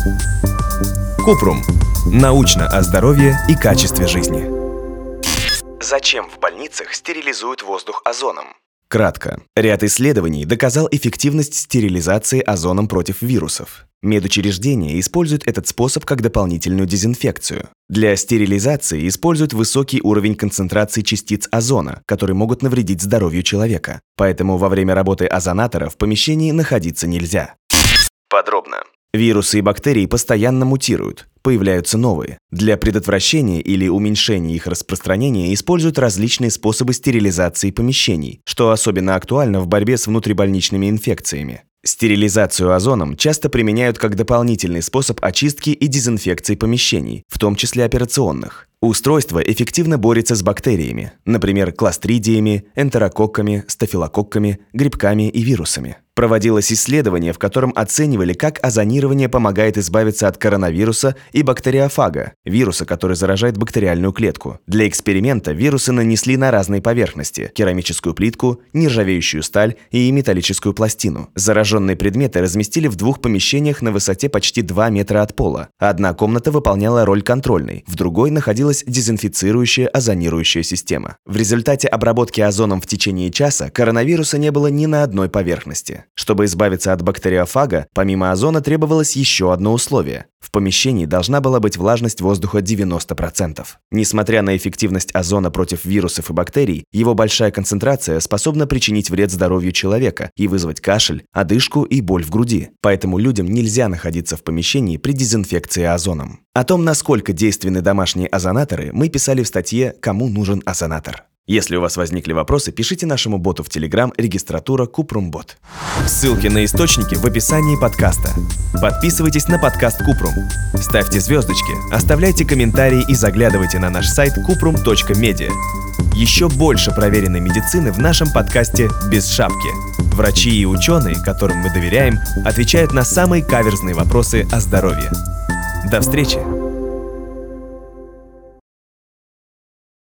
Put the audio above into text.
Купрум. Научно о здоровье и качестве жизни. Зачем в больницах стерилизуют воздух озоном? Кратко. Ряд исследований доказал эффективность стерилизации озоном против вирусов. Медучреждения используют этот способ как дополнительную дезинфекцию. Для стерилизации используют высокий уровень концентрации частиц озона, которые могут навредить здоровью человека. Поэтому во время работы озонатора в помещении находиться нельзя. Подробно. Вирусы и бактерии постоянно мутируют, появляются новые. Для предотвращения или уменьшения их распространения используют различные способы стерилизации помещений, что особенно актуально в борьбе с внутрибольничными инфекциями. Стерилизацию озоном часто применяют как дополнительный способ очистки и дезинфекции помещений, в том числе операционных. Устройство эффективно борется с бактериями, например, кластридиями, энтерококками, стафилококками, грибками и вирусами. Проводилось исследование, в котором оценивали, как озонирование помогает избавиться от коронавируса и бактериофага, вируса, который заражает бактериальную клетку. Для эксперимента вирусы нанесли на разные поверхности – керамическую плитку, нержавеющую сталь и металлическую пластину. Зараженные предметы разместили в двух помещениях на высоте почти 2 метра от пола. Одна комната выполняла роль контрольной, в другой находилась дезинфицирующая озонирующая система. В результате обработки озоном в течение часа коронавируса не было ни на одной поверхности. Чтобы избавиться от бактериофага, помимо озона требовалось еще одно условие. В помещении должна была быть влажность воздуха 90%. Несмотря на эффективность озона против вирусов и бактерий, его большая концентрация способна причинить вред здоровью человека и вызвать кашель, одышку и боль в груди. Поэтому людям нельзя находиться в помещении при дезинфекции озоном. О том, насколько действенны домашние озонаторы, мы писали в статье «Кому нужен озонатор?». Если у вас возникли вопросы, пишите нашему боту в Telegram регистратура Купрумбот. Ссылки на источники в описании подкаста. Подписывайтесь на подкаст Купрум. Ставьте звездочки, оставляйте комментарии и заглядывайте на наш сайт kuprum.media. Еще больше проверенной медицины в нашем подкасте «Без шапки». Врачи и ученые, которым мы доверяем, отвечают на самые каверзные вопросы о здоровье. До встречи!